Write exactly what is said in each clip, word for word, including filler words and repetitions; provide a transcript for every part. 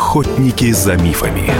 Охотники за мифами.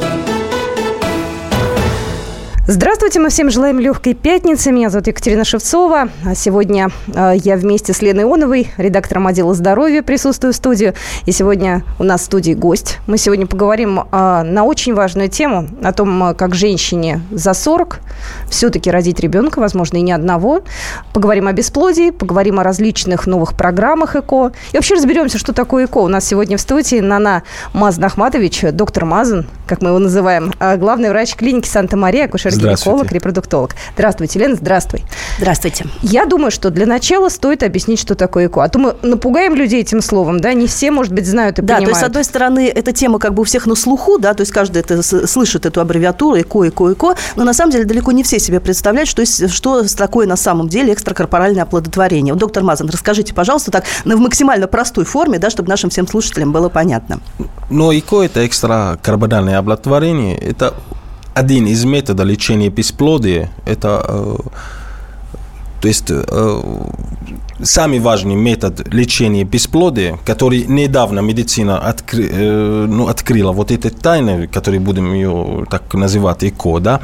Здравствуйте, мы всем желаем легкой пятницы. Меня зовут Екатерина Шевцова. А сегодня э, я вместе с Леной Ионовой, редактором отдела здоровья, присутствую в студии. И сегодня у нас в студии гость. Мы сегодня поговорим э, на очень важную тему, о том, как женщине за сорок все-таки родить ребенка, возможно, и не одного. Поговорим о бесплодии, поговорим о различных новых программах ЭКО. И вообще разберемся, что такое ЭКО. У нас сегодня в студии Нана Мазан Ахматович, доктор Мазан, как мы его называем, главный врач клиники Санта-Мария, акушер гинеколог, репродуктолог. Здравствуйте, Лена, здравствуй. Здравствуйте. Я думаю, что для начала стоит объяснить, что такое ЭКО. А то мы напугаем людей этим словом, да, не все, может быть, знают и да, понимают. Да, то есть, с одной стороны, эта тема как бы у всех на слуху, да, то есть каждый это слышит эту аббревиатуру ЭКО, ЭКО, ЭКО, но на самом деле далеко не все себе представляют, что, есть, что такое на самом деле экстракорпоральное оплодотворение. Вот, доктор Мазан, расскажите, пожалуйста, так, в максимально простой форме, да, чтобы нашим всем слушателям было понятно. Но ЭКО – это экстракорпоральное оплодотворение, это один из методов лечения бесплодия. Это, э, то есть, э, самый важный метод лечения бесплодия, который недавно медицина откры, э, ну, открыла, вот этой тайной, которой будем ее так называть ЭКО, да,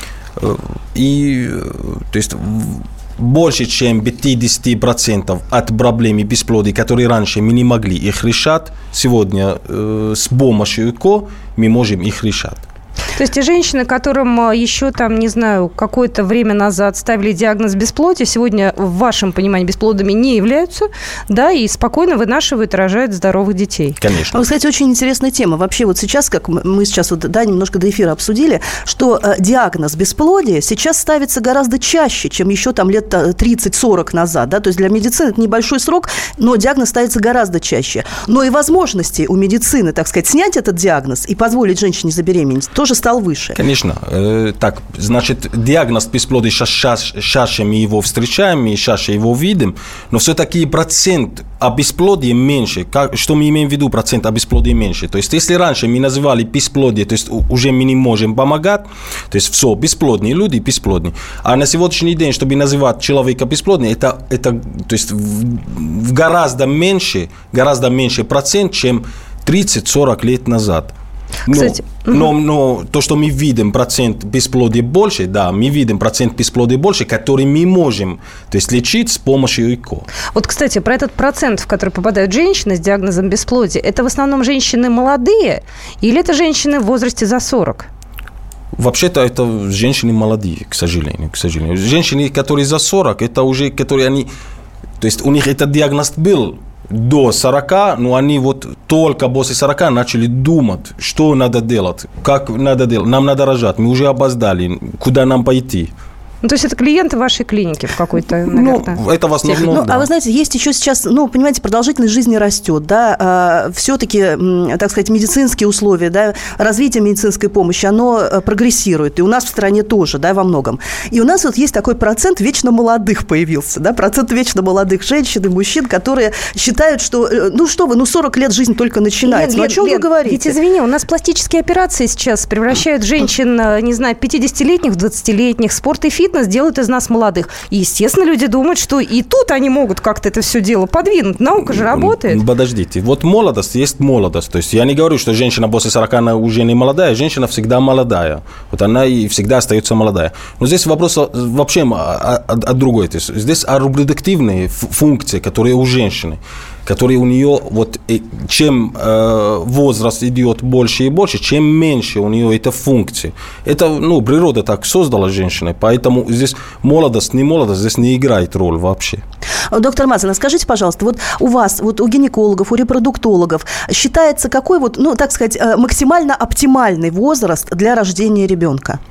и, то есть, больше, чем пятьдесят процентов от проблем бесплодия, которые раньше мы не могли их решать, сегодня э, с помощью ЭКО мы можем их решать. То есть и женщины, которым еще там, не знаю, какое-то время назад ставили диагноз бесплодия, сегодня в вашем понимании бесплодными не являются, да, и спокойно вынашивают и рожают здоровых детей. Конечно. Вы, кстати, очень интересная тема. Вообще вот сейчас, как мы сейчас вот, да, немножко до эфира обсудили, что э, диагноз бесплодия сейчас ставится гораздо чаще, чем еще там лет тридцать-сорок назад, да, то есть для медицины это небольшой срок, но диагноз ставится гораздо чаще. Но и возможности у медицины, так сказать, снять этот диагноз и позволить женщине забеременеть тоже стал выше. Конечно. Э, так, значит, диагноз бесплодия чаще мы его встречаем, мы чаще его видим, но все-таки процент о бесплодии меньше. Как, что мы имеем в виду процент о бесплодии меньше? То есть, если раньше мы называли бесплодие, то есть уже мы не можем помогать, то есть все, бесплодные люди бесплодные. А на сегодняшний день, чтобы называть человека бесплодным, это, это то есть в, в гораздо меньше, гораздо меньше процент, чем тридцать-сорок лет назад. Но, Кстати, но, но то, что мы видим процент бесплодия больше, да, мы видим процент бесплодия больше, который мы можем, то есть, лечить с помощью ЭКО. Вот, кстати, про этот процент, в который попадают женщины с диагнозом бесплодия, это в основном женщины молодые или это женщины в возрасте за сорок? Вообще-то это женщины молодые, к сожалению, к сожалению. Женщины, которые за сорок, это уже, которые они, то есть у них этот диагноз был до сорока, но они вот только после сорока начали думать, что надо делать, как надо делать. Нам надо рожать, мы уже опоздали, куда нам пойти. Ну, то есть это клиенты вашей клиники в какой-то, наверное, ну, это в основном, ну, да. А вы знаете, есть еще сейчас, ну, понимаете, продолжительность жизни растет, да, а, все-таки, так сказать, медицинские условия, да, развитие медицинской помощи, оно прогрессирует, и у нас в стране тоже, да, во многом. И у нас вот есть такой процент вечно молодых появился, да, процент вечно молодых женщин и мужчин, которые считают, что, ну, что вы, ну, сорок лет жизнь только начинается, Лен, ну, о чем Лен, вы говорите? Ведь, извини, у нас пластические операции сейчас превращают женщин, не знаю, пятидесятилетних в двадцатилетних, спорт и фитнес делают из нас молодых. И, естественно, люди думают, что и тут они могут как-то это все дело подвинуть. Наука же работает. Подождите. Вот молодость есть молодость. То есть я не говорю, что женщина после сорока она уже не молодая. Женщина всегда молодая. Вот она и всегда остается молодая. Но здесь вопрос вообще о, о, о другой. То есть здесь о репродуктивной функции, которые у женщины, которые у нее, вот, чем э, возраст идет больше и больше, чем меньше у нее эта функция. Это, ну, природа так создала женщиной, поэтому здесь молодость, не молодость, здесь не играет роль вообще. Доктор Мазан, скажите, пожалуйста, вот у вас, вот у гинекологов, у репродуктологов считается какой вот, ну, так сказать, максимально оптимальный возраст для рождения ребенка?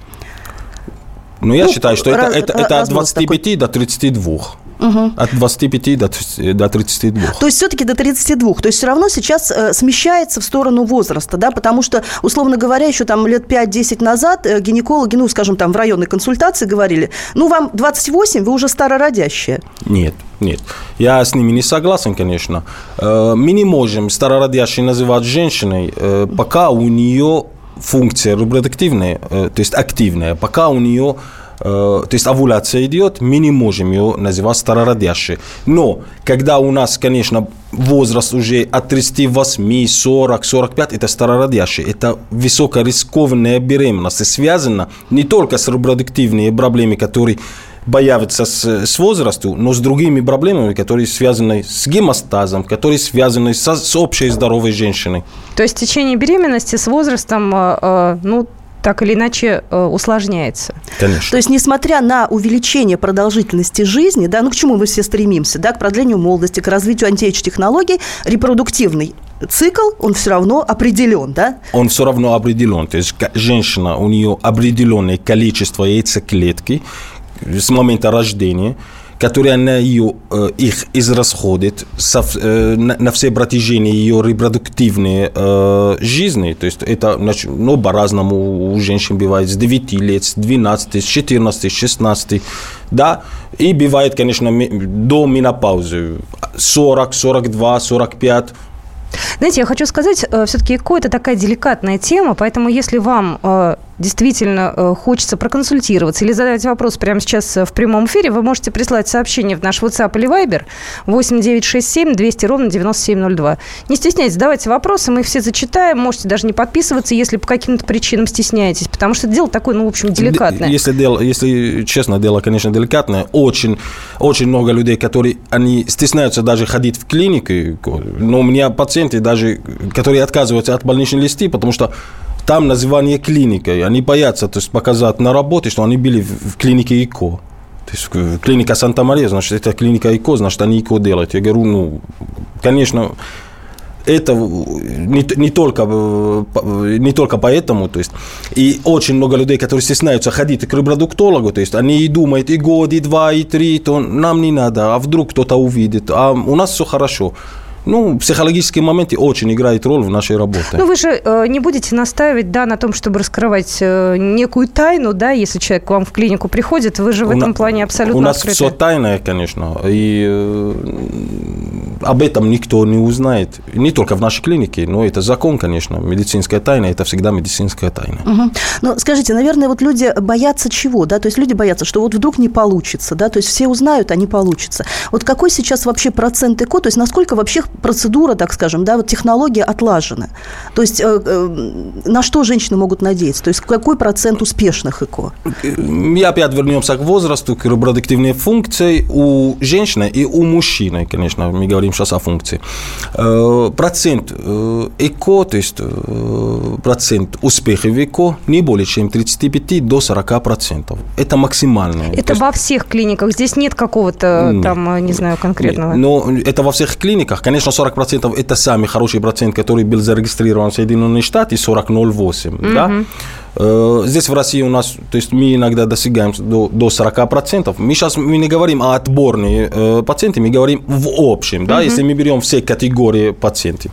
Ну, я ну, считаю, что раз, это, это, это от двадцати пяти такой. До тридцати двух. Угу. От двадцати пяти до тридцати двух. То есть все-таки до тридцати двух. То есть все равно сейчас э, смещается в сторону возраста, да, потому что, условно говоря, еще там лет пять-десять назад э, гинекологи, ну, скажем, там в районной консультации говорили, ну, вам двадцать восемь, вы уже старородящие. Нет, нет. Я с ними не согласен, конечно. Э, мы не можем старородящей называть женщиной, э, пока у нее функция репродуктивная, э, то есть активная, пока у нее... То есть овуляция идет, мы не можем ее называть старородящей. Но когда у нас, конечно, возраст уже от тридцати восьми, сорока, сорока пяти, это старородящие. Это высокорискованная беременность. Связана не только с репродуктивными проблемами, которые появятся с, с возрастом, но с другими проблемами, которые связаны с гемостазом, которые связаны со, с общей здоровой женщиной. То есть течение беременности с возрастом, э, ну, так или иначе э, усложняется. Конечно. То есть, несмотря на увеличение продолжительности жизни, да, ну, к чему мы все стремимся, да, к продлению молодости, к развитию антиэйдж-технологий, репродуктивный цикл, он все равно определен, да? Он все равно определен. То есть, женщина, у нее определенное количество яйцеклетки с момента рождения, которые она ее, их израсходит со, на, на все протяжении ее репродуктивной э, жизни. То есть это, ну, по-разному у женщин бывает с девяти лет, с двенадцати, с четырнадцати, с шестнадцати, да, и бывает, конечно, до менопаузы сорок, сорок два, сорок пять. Знаете, я хочу сказать, все-таки ЭКО – это такая деликатная тема, поэтому если вам э, действительно э, хочется проконсультироваться или задать вопрос прямо сейчас в прямом эфире, вы можете прислать сообщение в наш WhatsApp или Viber восемь девятьсот шестьдесят семь двести ровно девяносто семь ноль два. Не стесняйтесь, задавайте вопросы, мы их все зачитаем, можете даже не подписываться, если по каким-то причинам стесняетесь, потому что дело такое, ну, в общем, деликатное. Если, дело, если честно, дело, конечно, деликатное. Очень, очень много людей, которые они стесняются даже ходить в клинику, но у меня пациенты даже, которые отказываются от больничных листов, потому что там название клиники, они боятся, то есть, показать на работе, что они были в, в клинике ЭКО. То есть клиника Санта-Мария, значит, это клиника ЭКО, значит, они ЭКО делают. Я говорю, ну, конечно, это не, не, только, не только поэтому, то есть, и очень много людей, которые стесняются ходить к репродуктологу, то есть, они и думают, и год, и два, и три, то нам не надо, а вдруг кто-то увидит, а у нас все хорошо. Ну, психологические моменты очень играют роль в нашей работе. Ну, вы же э, не будете настаивать, да, на том, чтобы раскрывать э, некую тайну, да, если человек к вам в клинику приходит, вы же в у этом на... плане абсолютно У нас открыты. Все тайное, конечно, и э, об этом никто не узнает. Не только в нашей клинике, но это закон, конечно. Медицинская тайна – это всегда медицинская тайна. Угу. Ну, скажите, наверное, вот люди боятся чего, да? То есть люди боятся, что вот вдруг не получится, да? То есть все узнают, а не получится. Вот какой сейчас вообще процент ЭКО, то есть насколько вообще процедура, так скажем, да, вот технология отлажена? То есть э, э, на что женщины могут надеяться? То есть какой процент успешных ЭКО? И опять вернемся к возрасту, к репродуктивной функции у женщины и у мужчины, конечно, мы говорим сейчас о функции. Э, процент э, ЭКО, то есть э, процент успеха в ЭКО не более чем тридцать пять до сорока процентов. Это максимальное. Это то во есть... всех клиниках? Здесь нет какого-то нет. там, не знаю, конкретного? Нет. Но это во всех клиниках. Конечно, сорок процентов это самый хороший процент, который был зарегистрирован в Соединенных Штатах, сорок целых ноль восемь. Mm-hmm. Да? Здесь в России у нас, то есть мы иногда достигаем до, до сорока процентов. Мы сейчас мы не говорим о отборных э, пациентах, мы говорим в общем, да, mm-hmm. если мы берем все категории пациентов.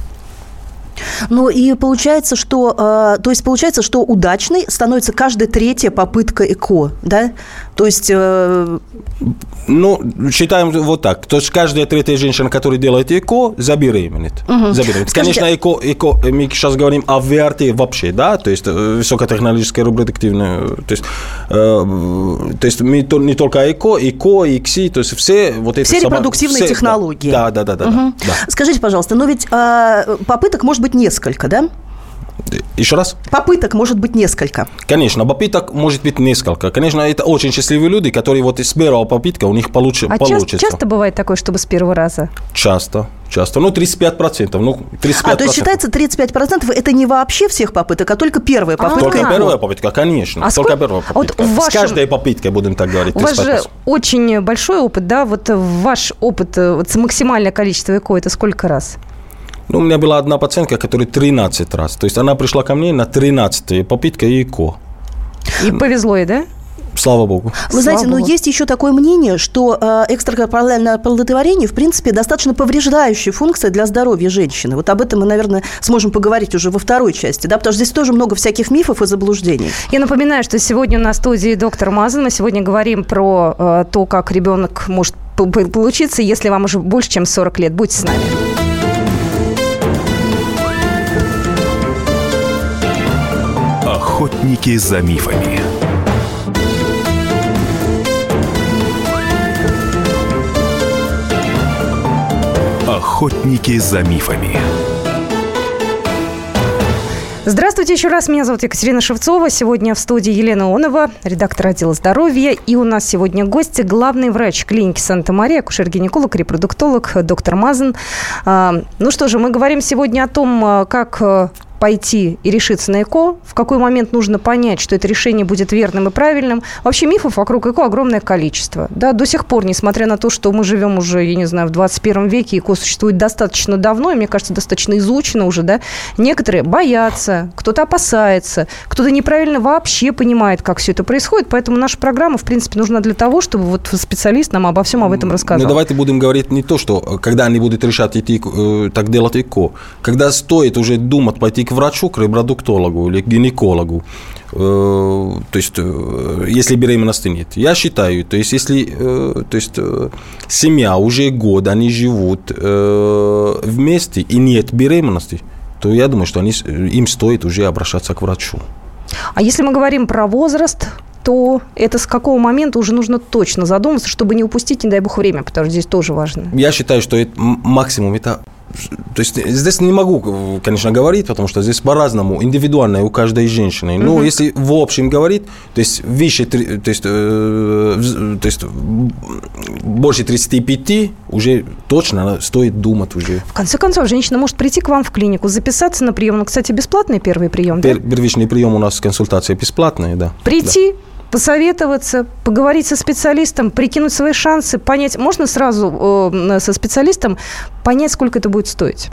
Ну и получается, что, э, то есть получается, что удачной становится каждая третья попытка ЭКО, да? То есть... Э... Ну, считаем вот так. То есть каждая третья женщина, которая делает ЭКО, забеременеет. Угу. забеременеет. Конечно, ЭКО, ЭКО, мы сейчас говорим о ВРТ вообще, да, то есть высокотехнологическое репродуктивное, то есть, э, то есть мы то, не только ЭКО, ЭКО, ИКСИ, то есть все вот эти... Все репродуктивные все, технологии. Да, да, да, да, угу. да. Скажите, пожалуйста, но ведь э, попыток может быть несколько, да? Еще раз? Попыток может быть несколько. Конечно, попыток может быть несколько. Конечно, это очень счастливые люди, которые вот с первого попытка у них получ... а получится. А часто бывает такое, чтобы с первого раза? Часто, часто. Ну, тридцать пять процентов. Ну, тридцать пять процентов. А, то есть считается тридцать пять процентов это не вообще всех попыток, а только первая попытка? Только первая попытка, конечно. А только сколько... первая попытка. Вот вашем... С каждой попыткой, будем так говорить. У вас же очень большой опыт, да? Вот ваш опыт, вот максимальное количество ЭКО, это сколько раз? Ну, у меня была одна пациентка, которая тринадцать раз. То есть она пришла ко мне на тринадцатой попытке ЭКО. И повезло ей, да? Слава богу. Вы знаете, но есть еще такое мнение, что э, экстракорпоральное оплодотворение, в принципе, достаточно повреждающая функция для здоровья женщины. Вот об этом мы, наверное, сможем поговорить уже во второй части, да, потому что здесь тоже много всяких мифов и заблуждений. Я напоминаю, что сегодня на студии доктор Мазан. Мы сегодня говорим про э, то, как ребенок может получиться, если вам уже больше, чем сорок лет. Будьте с нами. Охотники за мифами. Охотники за мифами. Здравствуйте еще раз. Меня зовут Екатерина Шевцова. Сегодня в студии Елена Ионова, редактор отдела здоровья. И у нас сегодня гости, главный врач клиники Санта-Мария, акушер-гинеколог, репродуктолог, доктор Мазан. Ну что же, мы говорим сегодня о том, как пойти и решиться на ЭКО, в какой момент нужно понять, что это решение будет верным и правильным. Вообще мифов вокруг ЭКО огромное количество. Да, до сих пор, несмотря на то, что мы живем уже, я не знаю, в двадцать первом веке, ЭКО существует достаточно давно, и, мне кажется, достаточно изучено уже, да, некоторые боятся, кто-то опасается, кто-то неправильно вообще понимает, как все это происходит, поэтому наша программа, в принципе, нужна для того, чтобы вот специалист нам обо всем об этом рассказал. Ну, давайте будем говорить не то, что когда они будут решать идти, так делать ЭКО, когда стоит уже думать пойти к врачу, к репродуктологу или к гинекологу, э, то есть, э, если беременности нет. Я считаю, то есть, если э, то есть, э, семья уже год, они живут э, вместе и нет беременности, то я думаю, что они, им стоит уже обращаться к врачу. А если мы говорим про возраст, то это с какого момента уже нужно точно задуматься, чтобы не упустить, не дай бог, время, потому что здесь тоже важно. Я считаю, что это, максимум это... То есть здесь не могу, конечно, говорить, потому что здесь по-разному, индивидуально у каждой женщины. Но uh-huh. если в общем говорить, то есть выше, то есть, э, то есть больше тридцати пяти уже точно стоит думать уже. В конце концов, женщина может прийти к вам в клинику, записаться на прием. Ну, кстати, бесплатный первый прием, Пер, да? Первичный прием у нас консультация бесплатная, да. Прийти, да. Посоветоваться, поговорить со специалистом, прикинуть свои шансы, понять, можно сразу э, со специалистом понять, сколько это будет стоить?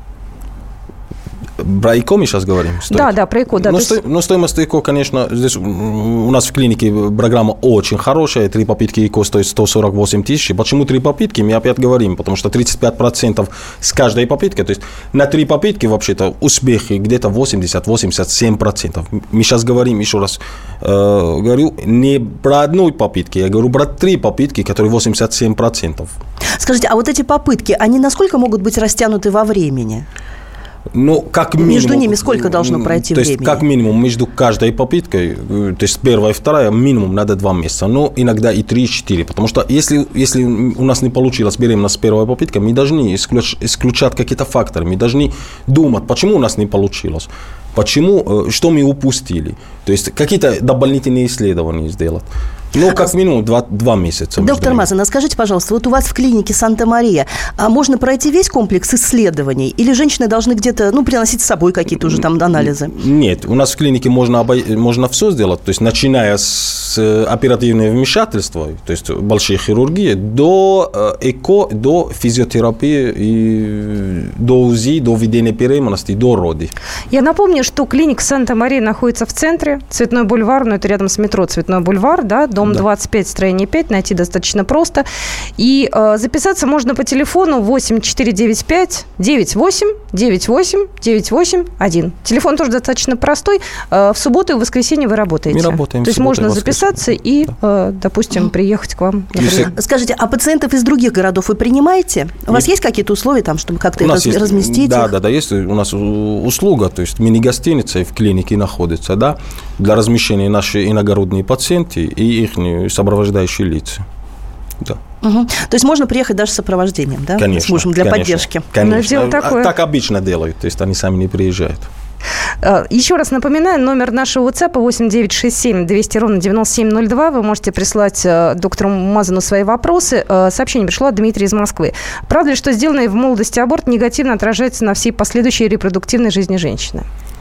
Про ЭКО мы сейчас говорим? Стоит? Да, да, про ЭКО. Да, но, есть... сто, но стоимость ЭКО, конечно, здесь у нас в клинике программа очень хорошая. Три попытки ЭКО стоит сто сорок восемь тысяч. Почему три попытки? Мы опять говорим, потому что тридцать пять процентов с каждой попытки. То есть на три попытки вообще-то успехи где-то восемьдесят - восемьдесят семь процентов. Мы сейчас говорим, еще раз э, говорю, не про одну попытку, я говорю про три попытки, которые восемьдесят семь процентов. Скажите, а вот эти попытки, они насколько могут быть растянуты во времени? Ну, как минимум, между ними сколько должно пройти то времени? есть, как минимум, между каждой попыткой, то есть первая и вторая, минимум надо два месяца, но иногда и три-четыре, потому что если, если у нас не получилось беременность с первой попыткой, мы должны исключ, исключать какие-то факторы, мы должны думать, почему у нас не получилось, почему, что мы упустили, то есть какие-то дополнительные исследования сделать. Ну, как минимум два, два месяца. Доктор Мазан, а скажите, пожалуйста, вот у вас в клинике Санта-Мария а можно пройти весь комплекс исследований? Или женщины должны где-то, ну, приносить с собой какие-то уже там анализы? Нет, у нас в клинике можно, обо... можно все сделать, то есть начиная с оперативного вмешательства, то есть большой хирургии, до ЭКО, до физиотерапии, и до УЗИ, до введения беременности, до роды. Я напомню, что клиника Санта-Мария находится в центре, Цветной бульвар, но это рядом с метро Цветной бульвар, да, дом да. двадцать пять, строение пять, найти достаточно просто. И э, записаться можно по телефону восемь четыре девять пять девять восемь девять восемь девять восемь один. Телефон тоже достаточно простой. Э, в субботу и в воскресенье вы работаете. Мы работаем. То есть можно записаться и, да. э, допустим, приехать к вам. Например. Скажите, а пациентов из других городов вы принимаете? У вас есть какие-то условия там, чтобы как-то раз, есть, разместить да, их? Да, да, есть у нас услуга, то есть мини-гостиница в клинике находится, да, для размещения наших иногородних пациентов и их сопровождающие лица. Да. Угу. То есть можно приехать даже с сопровождением, да? Конечно, с мужем для конечно, поддержки. Конечно. Ну, такое. Так обычно делают, то есть они сами не приезжают. Еще раз напоминаю, номер нашего WhatsApp восемь девять шесть семь двести ровно девяносто семь ноль два. Вы можете прислать доктору Мазану свои вопросы. Сообщение пришло от Дмитрия из Москвы. Правда ли, что сделанный в молодости аборт негативно отражается на всей последующей репродуктивной жизни женщины?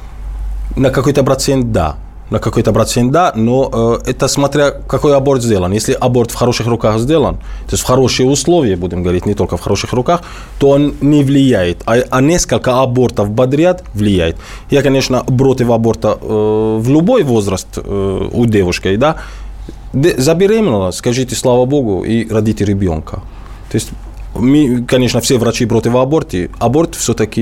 На какой-то процент да. На какой-то процент да, но э, это смотря какой аборт сделан. Если аборт в хороших руках сделан, то есть в хорошие условия, будем говорить, не только в хороших руках, то он не влияет. А, а несколько абортов подряд влияет. Я, конечно, против аборта э, в любой возраст э, у девушки, да. Забеременела, скажите слава Богу, и родите ребенка. То есть мы, конечно, все врачи против аборта. Аборт все-таки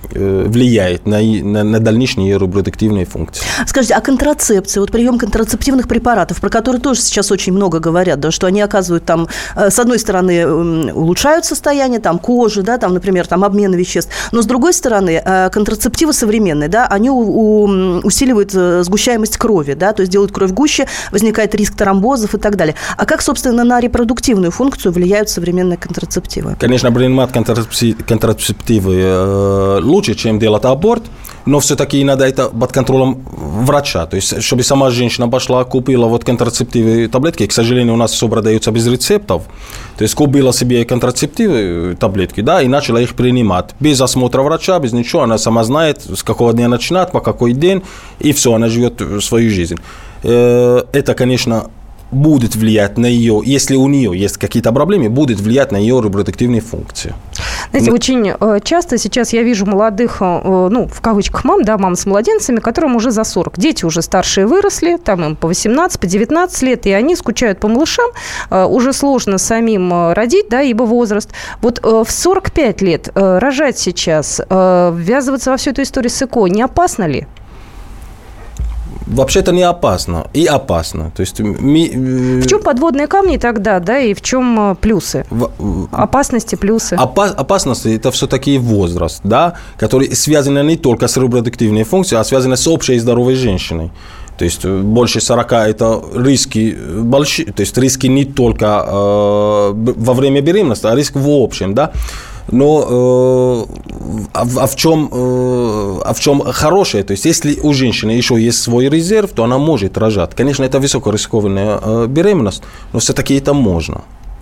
влияет на, на, на дальнейшие репродуктивные функции. Скажите, а контрацепция, вот прием контрацептивных препаратов, про которые тоже сейчас очень много говорят, да, что они оказывают там, с одной стороны, улучшают состояние там, кожи, да, там, например, там, обмена веществ, но с другой стороны, контрацептивы современные, да, они у, у, усиливают сгущаемость крови, да, то есть делают кровь гуще, возникает риск тромбозов и так далее. А как, собственно, на репродуктивную функцию влияют современные контрацептивы? Конечно, принимать контрацептивы э, лучше, чем делать аборт, но все-таки надо это под контролем врача. То есть, чтобы сама женщина пошла, купила вот контрацептивы таблетки. К сожалению, у нас все продается без рецептов. То есть, купила себе контрацептивы таблетки, да, и начала их принимать. Без осмотра врача, без ничего. Она сама знает, с какого дня начинать, по какой день, и все, она живет свою жизнь. Это, конечно, будет влиять на ее, если у нее есть какие-то проблемы, будет влиять на ее репродуктивные функции. Знаете, Но... очень часто сейчас я вижу молодых, ну, в кавычках мам, да, мам с младенцами, которым уже за сорок. Дети уже старшие выросли, там им по восемнатый, по девятнадцать лет, и они скучают по малышам. Уже сложно самим родить, да, ибо возраст. Вот в сорок пять лет рожать сейчас, ввязываться во всю эту историю с ЭКО, не опасно ли? Вообще-то не опасно. И опасно. То есть, ми... В чем подводные камни тогда, да, и в чем плюсы? В... Опасности, плюсы? Опа- опасности – это все-таки возраст, да, который связан не только с репродуктивной функцией, а связан с общей здоровой женщиной. То есть, больше сорока – это риски большие, то есть, риски не только э, во время беременности, а риск в общем, да. Но э, а, а, в чем, э, а в чем хорошее? То есть, если у женщины еще есть свой резерв, то она может рожать. Конечно, это высокорискованная э, беременность, но все-таки это можно.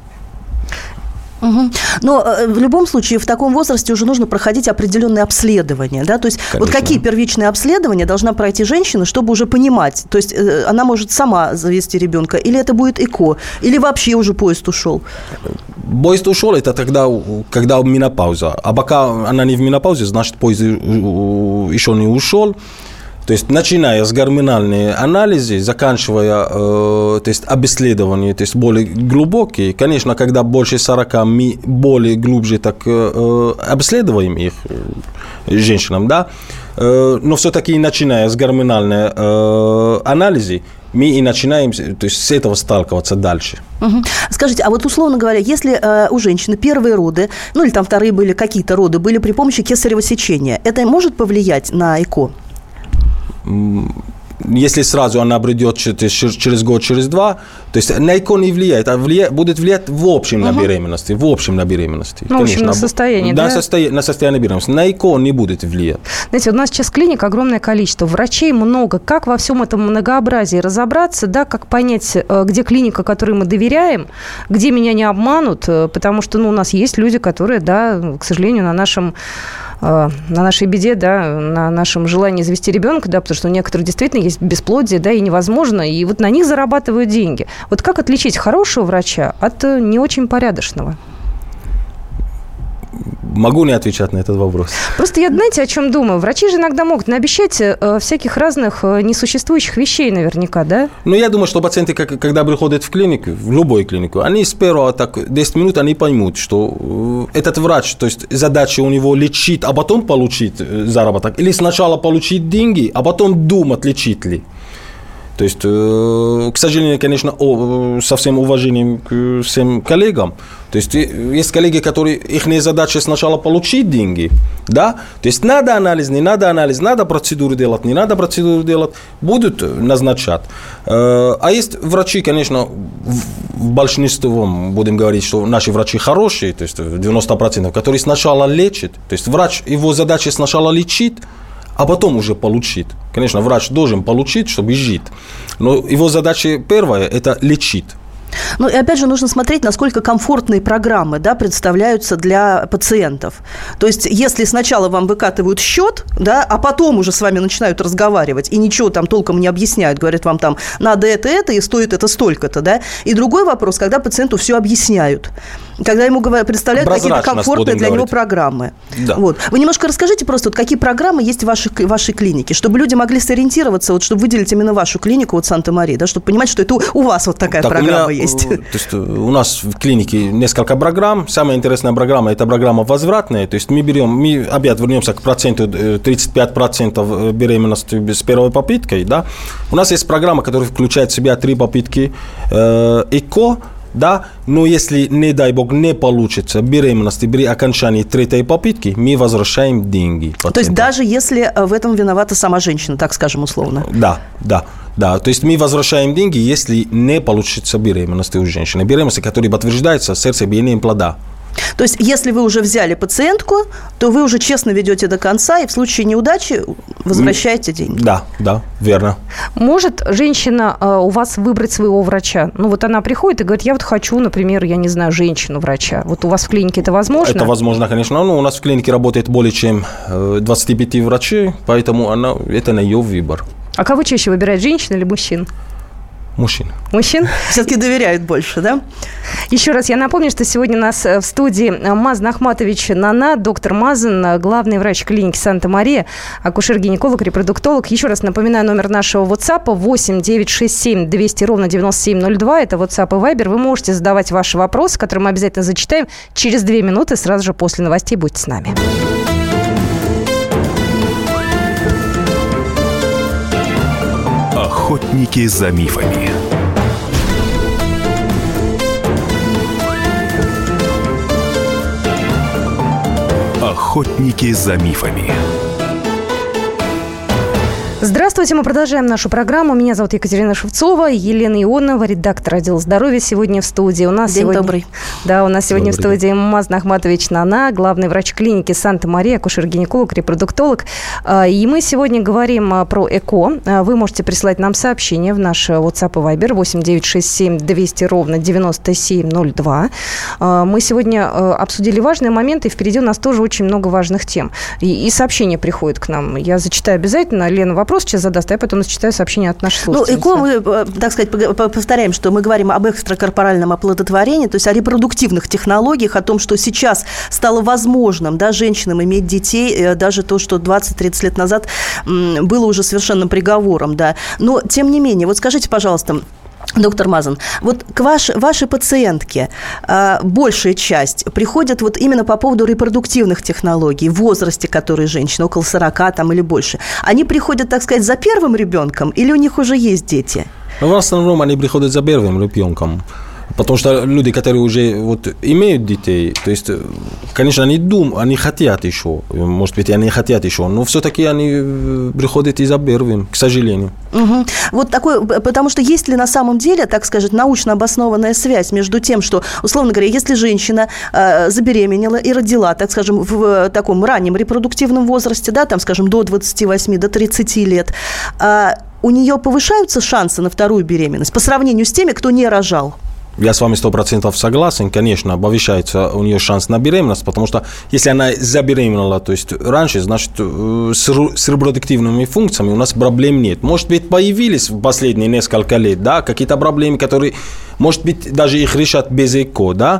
Угу. Но э, в любом случае в таком возрасте уже нужно проходить определенные обследования, да, то есть Конечно. Вот какие первичные обследования должна пройти женщина, чтобы уже понимать, то есть э, она может сама завести ребенка, или это будет ЭКО, или вообще уже поезд ушел? Поезд ушел, это тогда, когда менопауза, а пока она не в менопаузе, значит поезд еще не ушел. То есть, начиная с гормональной анализа, заканчивая э, то есть, обследование, то есть, более глубокие. Конечно, когда больше сорока, мы более глубже так э, обследуем их э, женщинам, да. Э, но все-таки, начиная с гормональной э, анализа, мы и начинаем, то есть, с этого сталкиваться дальше. Угу. Скажите, а вот условно говоря, если э, у женщины первые роды, ну или там вторые были, какие-то роды, были при помощи кесарево сечения, это может повлиять на ЭКО? Если сразу она придет через год, через два, то есть на ЭКО не влияет, а влияет, будет влиять в общем на беременности, в общем на беременности. Ну, в общем, на состояние, да? На, состоя... на состояние беременности. На ЭКО не будет влиять. Знаете, у нас сейчас клиник огромное количество, врачей много. Как во всем этом многообразии разобраться, да, как понять, где клиника, которой мы доверяем, где меня не обманут, потому что, ну, у нас есть люди, которые, да, к сожалению, на нашем на нашей беде, да, на нашем желании завести ребенка, да, потому что у некоторых действительно есть бесплодие, да, и невозможно, и вот на них зарабатывают деньги. Вот как отличить хорошего врача от не очень порядочного? Могу не отвечать на этот вопрос. Просто я, знаете, о чем думаю? Врачи же иногда могут наобещать э, всяких разных э, несуществующих вещей наверняка, да? Ну, я думаю, что пациенты, как, когда приходят в клинику, в любую клинику, они с первого так, десять минут они поймут, что э, этот врач, то есть задача у него лечить, а потом получить заработок, или сначала получить деньги, а потом думать, лечить ли. То есть, э, к сожалению, конечно, о, со всем уважением к всем коллегам, то есть, есть коллеги, которые, их задача сначала получить деньги, да, то есть, надо анализ, не надо анализ, надо процедуру делать, не надо процедуру делать, будут назначать. Э, а есть врачи, конечно, в большинстве, будем говорить, что наши врачи хорошие, то есть, девяносто процентов, которые сначала лечат, то есть, врач, его задача сначала лечить, а потом уже получить. Конечно, врач должен получить, чтобы жить. Но его задача первая – это лечить. Ну, и опять же, нужно смотреть, насколько комфортные программы, да, представляются для пациентов. То есть, если сначала вам выкатывают счет, да, а потом уже с вами начинают разговаривать и ничего там толком не объясняют, говорят вам там, надо это, это, и стоит это столько-то, да. И другой вопрос, когда пациенту все объясняют. Когда ему представляют какие-то комфортные для него программы. Да. Вот. Вы немножко расскажите просто, вот, какие программы есть в вашей, в вашей клинике, чтобы люди могли сориентироваться, вот, чтобы выделить именно вашу клинику, вот Санта-Мария, да, чтобы понимать, что это у, у вас вот такая так, программа меня, есть. То есть у нас в клинике несколько программ. Самая интересная программа – это программа возвратная. То есть мы берем, мы опять вернемся к проценту тридцать пять процентов беременности с первой попыткой. Да? У нас есть программа, которая включает в себя три попытки э, ЭКО. Да, но если, не дай бог, не получится беременность при окончании третьей попытки, мы возвращаем деньги пациенту. То есть даже если в этом виновата сама женщина, так скажем условно? Да, да, да. То есть мы возвращаем деньги, если не получится беременность у женщины. Беременность, которая подтверждается сердцебиением плода. То есть, если вы уже взяли пациентку, то вы уже честно ведете до конца, и в случае неудачи возвращаете деньги. Да, да, верно. Может женщина э, у вас выбрать своего врача? Ну, вот она приходит и говорит, я вот хочу, например, я не знаю, женщину-врача. Вот у вас в клинике это возможно? Это возможно, конечно. Но у нас в клинике работает более чем двадцать пять врачей, поэтому она, это на ее выбор. А кого чаще выбирает, женщин или мужчин? Мужчин. Мужчин? Все-таки доверяют больше, да? Еще раз я напомню, что сегодня у нас в студии Мазан Ахматович Нана, доктор Мазан, главный врач клиники Санта-Мария, акушер-гинеколог, репродуктолог. Еще раз напоминаю номер нашего WhatsApp восемь девятьсот шестьдесят семь двести ровно девяносто семь ноль два. Это WhatsApp и Viber. Вы можете задавать ваши вопросы, которые мы обязательно зачитаем через две минуты, сразу же после новостей. Будьте с нами. Охотники за мифами. Охотники за мифами. Здравствуйте, мы продолжаем нашу программу. Меня зовут Екатерина Шевцова, Елена Ионова, редактор отдела здоровья сегодня в студии. У нас День сегодня... добрый. Да, у нас сегодня Добрый в студии Мазан Ахматович Нана, главный врач клиники Санта-Мария, акушер-гинеколог, репродуктолог. И мы сегодня говорим про ЭКО. Вы можете присылать нам сообщение в наш WhatsApp и Viber восемь девятьсот шестьдесят семь двести ровно девяносто семь ноль два. Мы сегодня обсудили важные моменты, и впереди у нас тоже очень много важных тем. И, и сообщения приходят к нам. Я зачитаю обязательно. Лена вопрос сейчас задаст, а я потом зачитаю сообщение от наших слушателей. Ну, ЭКО, мы, так сказать, повторяем, что мы говорим об экстракорпоральном оплодотворении, то есть о репродуктивных технологиях, о том, что сейчас стало возможным, да, женщинам иметь детей, даже то, что двадцать-тридцать лет назад было уже совершенным приговором, да. Но, тем не менее, вот скажите, пожалуйста, доктор Мазан, вот к ваш, вашей пациентке э, большая часть приходит вот именно по поводу репродуктивных технологий, в возрасте, которые женщины, около сорока там, или больше. Они приходят, так сказать, за первым ребенком или у них уже есть дети? В основном они приходят за первым ребенком. Потому что люди, которые уже вот имеют детей, то есть, конечно, они думают, они хотят еще, может быть, они хотят еще, но все-таки они приходят и за первым, к сожалению. Угу. Вот такой, потому что есть ли на самом деле, так сказать, научно обоснованная связь между тем, что, условно говоря, если женщина э, забеременела и родила, так скажем, в таком раннем репродуктивном возрасте, да, там, скажем, до двадцати восьми, до тридцати лет, э, у нее повышаются шансы на вторую беременность по сравнению с теми, кто не рожал? Я с вами сто процентов согласен, конечно, повышается у нее шанс на беременность, потому что если она забеременела, то есть раньше, значит, с репродуктивными функциями у нас проблем нет. Может быть, появились в последние несколько лет, да, какие-то проблемы, которые, может быть, даже их решат без ЭКО, да,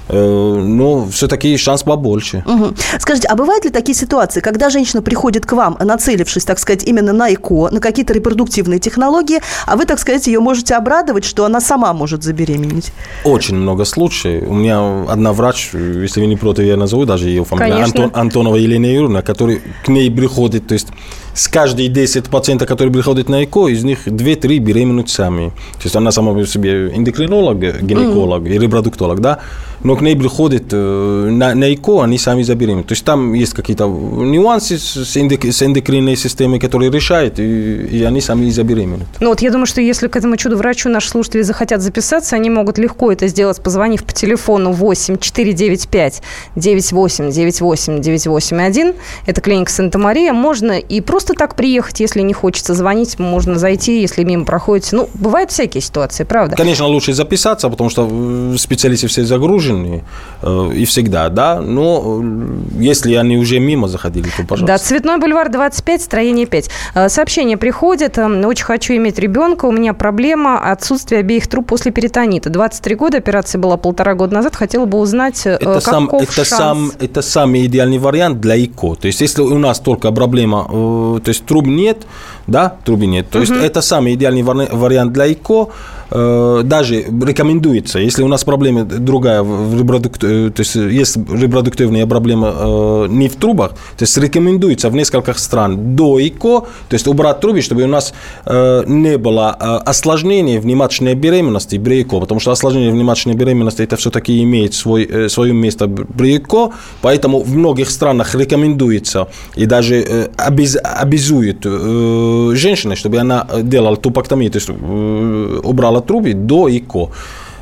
но все-таки шанс побольше. Угу. Скажите, а бывают ли такие ситуации, когда женщина приходит к вам, нацелившись, так сказать, именно на ЭКО, на какие-то репродуктивные технологии, а вы, так сказать, ее можете обрадовать, что она сама может забеременеть? Очень много случаев. У меня одна врач, если вы не против, я назову даже ее фамилию, Антон, Антонова Елена Юрьевна, которая к ней приходит, то есть с каждой десяти пациентов, которые приходят на ЭКО, из них две-три беременеют сами. То есть она сама по себе эндокринолог, гинеколог mm. и репродуктолог, да, но к ней приходят на, на ЭКО, они сами забеременеют. То есть там есть какие-то нюансы с, эндок, с эндокринной системой, которые решают, и, и они сами забеременеют. Ну вот я думаю, что если к этому чудо-врачу наши слушатели захотят записаться, они могут легко это сделать, позвонив по телефону восемь четыре девять пять девять восемь девять восемь девять восемь один. Это клиника Санта-Мария. Можно и просто так приехать, если не хочется звонить, можно зайти, если мимо проходите. Ну, бывают всякие ситуации, правда? Конечно, лучше записаться, потому что специалисты все загружены. обслужены э, и всегда, да, но если они уже мимо заходили, то пожалуйста. Да, Цветной бульвар, двадцать пять, строение пять. Сообщение приходит. Очень хочу иметь ребенка. У меня проблема отсутствия обеих труб после перитонита. двадцать три года, операция была полтора года назад. Хотела бы узнать, это каков сам, это шанс. Сам, это самый идеальный вариант для ЭКО. То есть, если у нас только проблема, э, то есть труб нет, да, трубы нет, то uh-huh. есть это самый идеальный вариант для ЭКО. Э, даже рекомендуется, если у нас проблема другая, в репродук... то есть есть репродуктивная проблема э, не в трубах, то есть рекомендуется в нескольких стран до ЭКО, то есть убрать трубы, чтобы у нас э, не было э, осложнений внематочной беременности при ЭКО, потому что осложнение внематочной беременности это все-таки имеет свой, э, свое место при ЭКО, поэтому в многих странах рекомендуется и даже э, обяз... обязует э, женщины, чтобы она делала тубэктомию, то есть э, убрала трубы до ЭКО.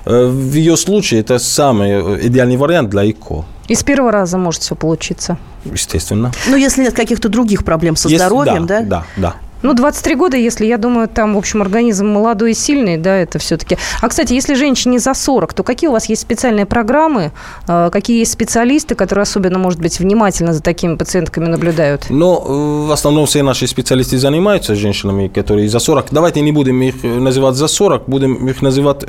В ее случае это самый идеальный вариант для ЭКО. И с первого раза может все получиться? Естественно. Ну, если нет каких-то других проблем со Есть, здоровьем, да? Да, да, да. Ну, двадцать три года, если, я думаю, там, в общем, организм молодой и сильный, да, это все-таки... А, кстати, если женщине за сорок, то какие у вас есть специальные программы, какие есть специалисты, которые особенно, может быть, внимательно за такими пациентками наблюдают? Ну, в основном все наши специалисты занимаются женщинами, которые за сорок. Давайте не будем их называть за сорок, будем их называть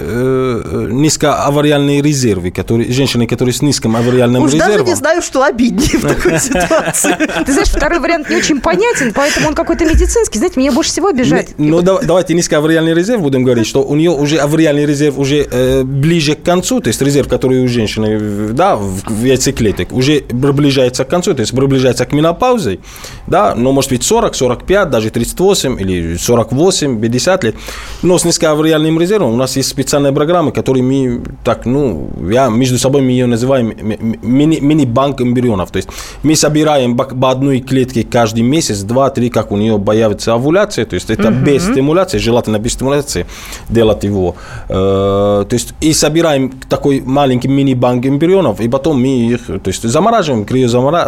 э, низкоавариальные резервы, которые, женщины, которые с низким авариальным Уж резервом. Даже не знаю, что обиднее в такой ситуации. Ты знаешь, второй вариант не очень понятен, поэтому он какой-то медицинский. Знаете, меня больше всего обижает. Ну, да, давайте низкоавариальный резерв будем говорить, что у нее уже авариальный резерв уже э, ближе к концу, то есть резерв, который у женщины, да, в, в яйцеклеток, уже приближается к концу, то есть приближается к менопаузе, да, но может быть сорок, сорок пять, даже тридцать восемь или сорок восемь, пятьдесят лет. Но с низкоавариальным резервом у нас есть специальные программы, которые мы так, ну, я, между собой мы ее называем мини, мини-банк эмбрионов, то есть мы собираем по одной клетке каждый месяц, два, три, как у нее появится овуляция, то есть это uh-huh. без стимуляции, желательно без стимуляции делать его. Э, то есть и собираем такой маленький мини-банк эмбрионов, и потом мы их, то есть замораживаем, криозамора...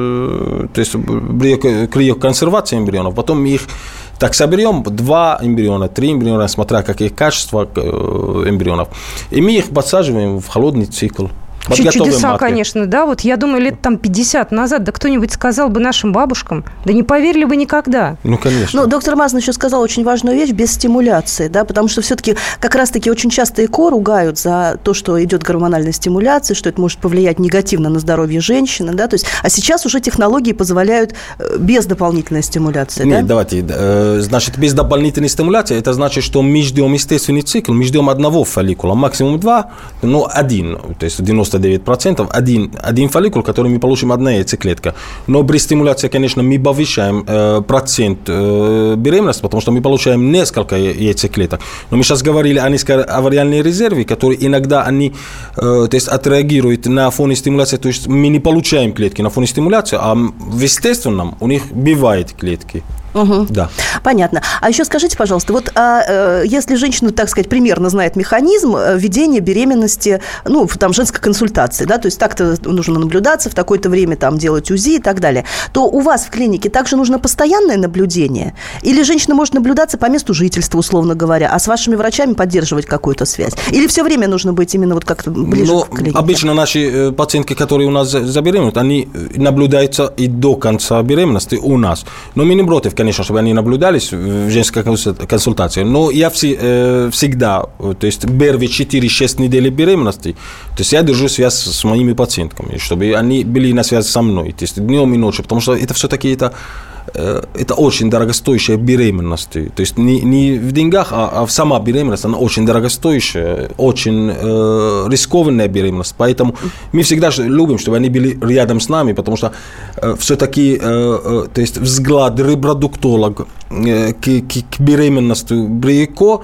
э, то есть криоконсервация эмбрионов, потом мы их так соберем два эмбриона, три эмбриона, смотря какие качества эмбрионов, и мы их подсаживаем в холодный цикл. Вообще чудеса, матки. Конечно, да. Вот я думаю, лет там пятьдесят назад, да кто-нибудь сказал бы нашим бабушкам, да не поверили бы никогда. Ну, конечно. Ну, доктор Мазан еще сказал очень важную вещь, без стимуляции, да, потому что все-таки как раз-таки очень часто ЭКО ругают за то, что идет гормональная стимуляция, что это может повлиять негативно на здоровье женщины, да, то есть, а сейчас уже технологии позволяют без дополнительной стимуляции, Нет, да? давайте, значит, без дополнительной стимуляции, это значит, что мы ждем естественный цикл, мы ждем одного фолликула, максимум два, но один, то есть девяносто девять процентов, один, один фолликул, который мы получим одна яйцеклетка. Но при стимуляции, конечно, мы повышаем э, процент э, беременности, потому что мы получаем несколько яйцеклеток. Но мы сейчас говорили о низкоавариальной резерве, которые иногда они, э, то есть отреагируют на фоне стимуляции, то есть мы не получаем клетки на фоне стимуляции, а в естественном у них бывают клетки. Угу. Да. Понятно. А еще скажите, пожалуйста, вот а, если женщина, так сказать, примерно знает механизм ведения беременности, ну, там, женской консультации, да, то есть так-то нужно наблюдаться, в такое-то время там делать УЗИ и так далее, то у вас в клинике также нужно постоянное наблюдение? Или женщина может наблюдаться по месту жительства, условно говоря, а с вашими врачами поддерживать какую-то связь? Или все время нужно быть именно вот как-то ближе Но к клинике? Обычно наши пациентки, которые у нас забеременеют, они наблюдаются и до конца беременности у нас. Но мы не против, конечно, чтобы они наблюдались в женской консультации. Но я э, всегда, то есть первые четыре-шесть недель беременности, то есть я держу связь с моими пациентками, чтобы они были на связи со мной, то есть днем и ночью, потому что это все-таки это, э, это очень дорогостоящая беременность. То есть не, не в деньгах, а, а сама беременность, она очень дорогостоящая, очень э, рискованная беременность. Поэтому мы всегда любим, чтобы они были рядом с нами, потому что э, все-таки э, э, то есть взгляд репродуктолог э, к, к, к беременности при ЭКО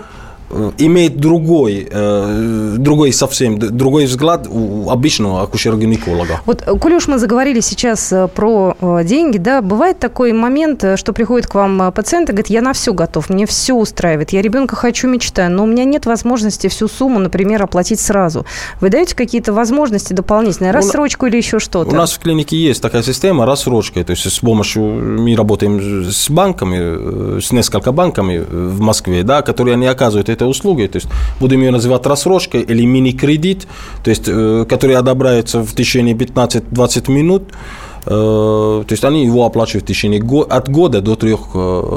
имеет другой, э, другой совсем, другой взгляд у обычного акушера-гинеколога. Вот, коли уж мы заговорили сейчас про деньги, да, бывает такой момент, что приходит к вам пациент и говорит, я на все готов, мне все устраивает, я ребенка хочу, мечтаю, но у меня нет возможности всю сумму, например, оплатить сразу. Вы даете какие-то возможности дополнительные, рассрочку у, или еще что-то? У нас в клинике есть такая система рассрочка, то есть с помощью, мы работаем с банками, с несколькими банками в Москве, да, которые они оказывают этой услугой, то есть будем ее называть рассрочкой или мини-кредит, то есть, который одобряется в течение пятнадцать-двадцать минут, то есть они его оплачивают в течение года, от года до трех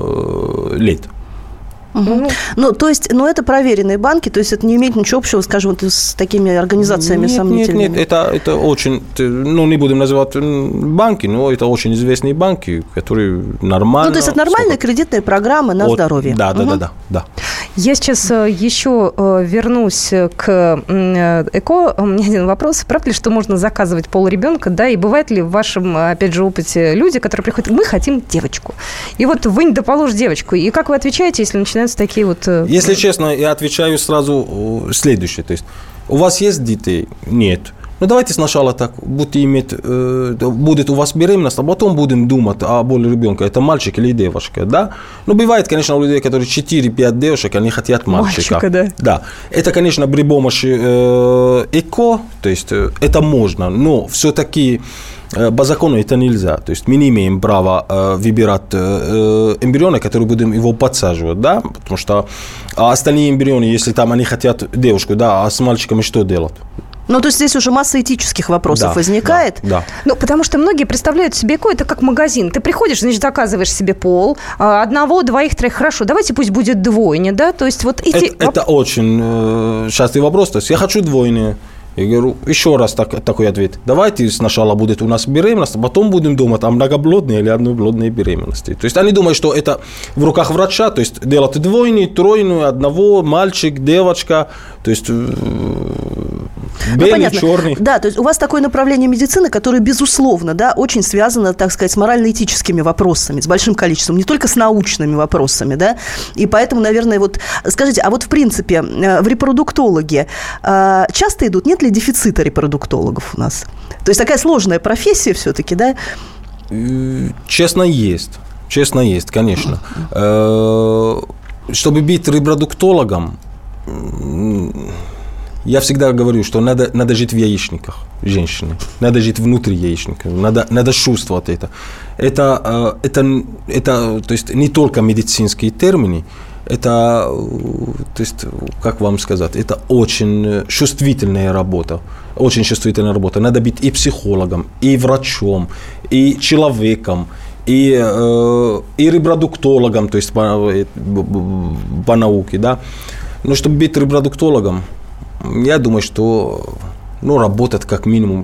лет. Угу. Ну, то есть, ну, это проверенные банки, то есть это не имеет ничего общего, скажем, вот с такими организациями нет, сомнительными. Нет, нет, это, это очень, ну, не будем называть банки, но это очень известные банки, которые нормально... Ну, то есть это нормальные сколько... кредитные программы на От, здоровье. Да, да, угу. да, да, да. Я сейчас еще вернусь к ЭКО. У меня один вопрос. Правда ли, что можно заказывать пол ребенка, да, и бывает ли в вашем, опять же, опыте люди, которые приходят, мы хотим девочку, и вот вы недоположь девочку, и как вы отвечаете, если начинаются такие вот... Если честно, я отвечаю сразу следующее, то есть у вас есть детей? Нет. Ну, давайте сначала так, будете иметь, э, будет у вас беременность, а потом будем думать о боли ребенка, это мальчик или девочка, да? Ну, бывает, конечно, у людей, которые четыре-пять девушек, они хотят мальчика. Мальчика, да. Да. Это, конечно, при помощи э, ЭКО, то есть э, это можно, но все-таки э, по закону это нельзя. То есть мы не имеем права э, выбирать э, эмбриона, который будем его подсаживать, да? Потому что а остальные эмбрионы, если там они хотят девушку, да, а с мальчиками что делать? Ну, то есть здесь уже масса этических вопросов да, возникает. Да, да. Ну, потому что многие представляют себе ЭКО, это как магазин. Ты приходишь, значит, заказываешь себе пол, одного, двоих, троих, хорошо, давайте пусть будет двойня, да? То есть вот эти... Это, это очень э, частый вопрос. То есть я хочу двойню. Я говорю, еще раз так, такой ответ. Давайте сначала будет у нас беременность, а потом будем думать о многоплодной или одноплодной беременности. То есть они думают, что это в руках врача, то есть делать двойную, тройную, одного, мальчик, девочка, то есть белый, ну, черный. Да, то есть у вас такое направление медицины, которое, безусловно, да, очень связано, так сказать, с морально-этическими вопросами, с большим количеством, не только с научными вопросами, да, и поэтому, наверное, вот, скажите, а вот в принципе в репродуктологи часто идут, нет ли дефицита репродуктологов у нас? То есть такая сложная профессия все-таки, да? Честно, есть. Честно, есть, конечно. Чтобы быть репродуктологом, я всегда говорю, что надо, надо жить в яичниках женщины, надо жить внутри яичника, надо, надо чувствовать это. Это, это, это, то есть не только медицинские термины, это, то есть, как вам сказать, это очень чувствительная работа, очень чувствительная работа. Надо быть и психологом, и врачом, и человеком, и, э, и репродуктологом, то есть по, по науке, да. Но чтобы быть репродуктологом, я думаю, что, ну, работать как минимум,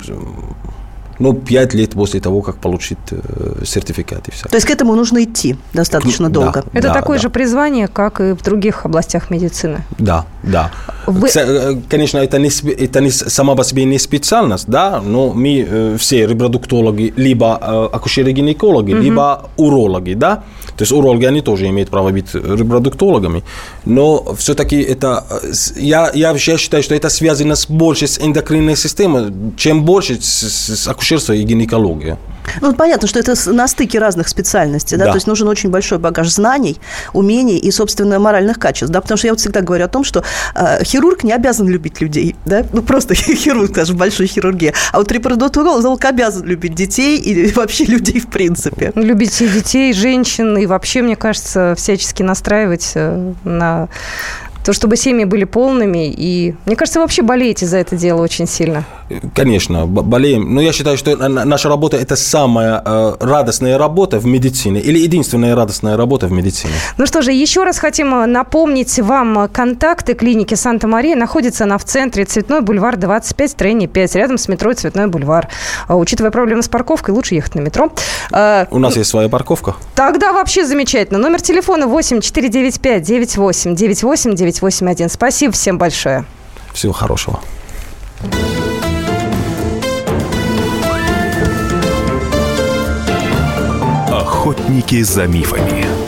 ну, пять лет после того, как получит э, сертификат и все. То есть к этому нужно идти достаточно да, долго? Это да, такое да. же призвание, как и в других областях медицины? Да, да. Вы... Конечно, это, не, это не, сама по себе не специальность, да, но мы э, все репродуктологи, либо э, акушеры-гинекологи, угу. либо урологи, да. То есть урологи, они тоже имеют право быть репродуктологами, но все-таки это, я, я, я считаю, что это связано с, больше с эндокринной системой, чем больше с, с акушерством и гинекологией. Ну, понятно, что это на стыке разных специальностей, да? Да. То есть нужен очень большой багаж знаний, умений и, собственно, моральных качеств, да, потому что я вот всегда говорю о том, что э, хирург не обязан любить людей, да, ну, просто хирург даже в большой хирургии, а вот репродуктолог обязан любить детей и вообще людей в принципе. Любить и детей, и женщин, и вообще, мне кажется, всячески настраивать на то, чтобы семьи были полными. И, мне кажется, вы вообще болеете за это дело очень сильно. Конечно, болеем. Но я считаю, что наша работа – это самая радостная работа в медицине или единственная радостная работа в медицине. Ну что же, еще раз хотим напомнить вам контакты клиники Санта-Мария. Находится она в центре, Цветной бульвар, двадцать пять, строение пять, рядом с метро Цветной бульвар. Учитывая проблемы с парковкой, лучше ехать на метро. У нас есть своя парковка. Тогда вообще замечательно. Номер телефона восемь четыре девять пять девять восемь девять восемь девять восемь один. Спасибо всем большое. Всего хорошего. Охотники за мифами.